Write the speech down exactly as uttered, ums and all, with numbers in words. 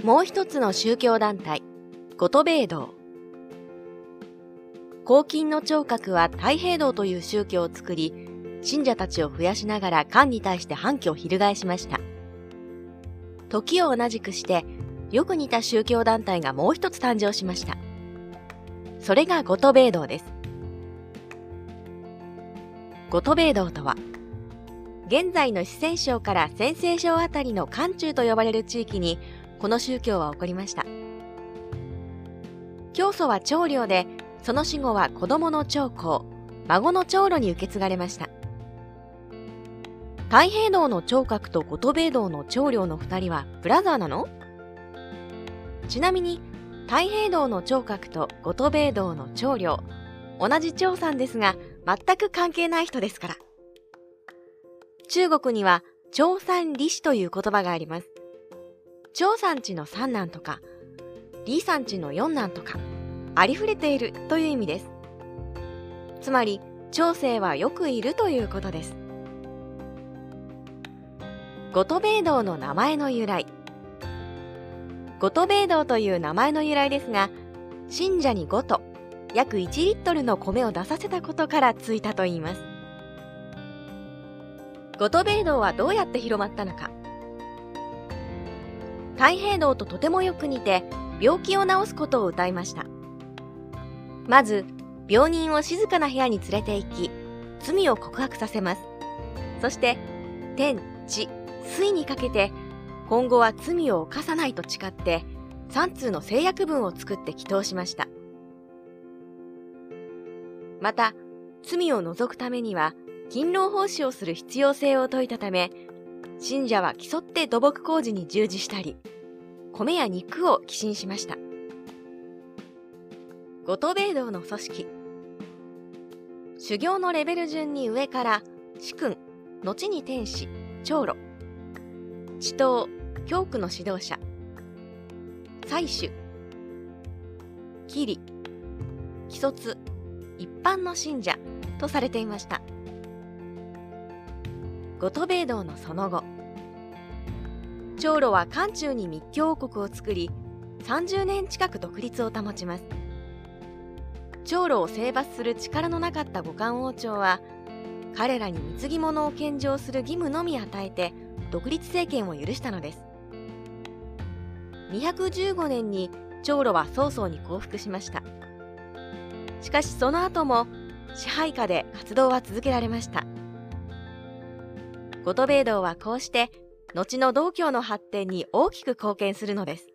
もう一つの宗教団体、ゴトベイ道。黄金の聴覚は太平道という宗教を作り、信者たちを増やしながら漢に対して反旗を翻しました。時を同じくして、よく似た宗教団体がもう一つ誕生しました。それがゴトベイ道です。ゴトベイ道とは、現在の四川省から陝西省あたりの漢中と呼ばれる地域に、この宗教は起こりました。教祖は長領で、その死後は子供の長公、孫の長老に受け継がれました。太平道の聴覚とゴトベイ道の長領の二人はブラザーなの？ちなみに、太平道の聴覚とゴトベイ道の長領、同じ長さんですが、全く関係ない人ですから。中国には、長三李氏という言葉があります。長さんちの三男とか、李さんちの四男とか、ありふれているという意味です。つまり、長生はよくいるということです。ゴトベイ道の名前の由来。ゴトベイ道という名前の由来ですが、信者にごと、約いちリットルの米を出させたことからついたといいます。ゴトベイ道はどうやって広まったのか。太平道ととてもよく似て、病気を治すことを謳いました。まず、病人を静かな部屋に連れて行き、罪を告白させます。そして、天、地、水にかけて、今後は罪を犯さないと誓って、三通の誓約文を作って祈祷しました。また、罪を除くためには、勤労奉仕をする必要性を説いたため、信者は競って土木工事に従事したり、米や肉を寄進しました。ゴトベイ道の組織。修行のレベル順に上から主君、後に天使、長老、地頭、教区の指導者、祭主、キリ、既卒、一般の信者とされていました。ゴトベイ道のその後、長老は漢中に密教王国を作り、さんじゅうねん近く独立を保ちます。長老を征伐する力のなかった後漢王朝は、彼らに貢ぎ物を献上する義務のみ与えて、独立政権を許したのです。にひゃくじゅうごねんに長老は曹操に降伏しました。しかしその後も支配下で活動は続けられました。ゴトベイ道はこうして後の道教の発展に大きく貢献するのです。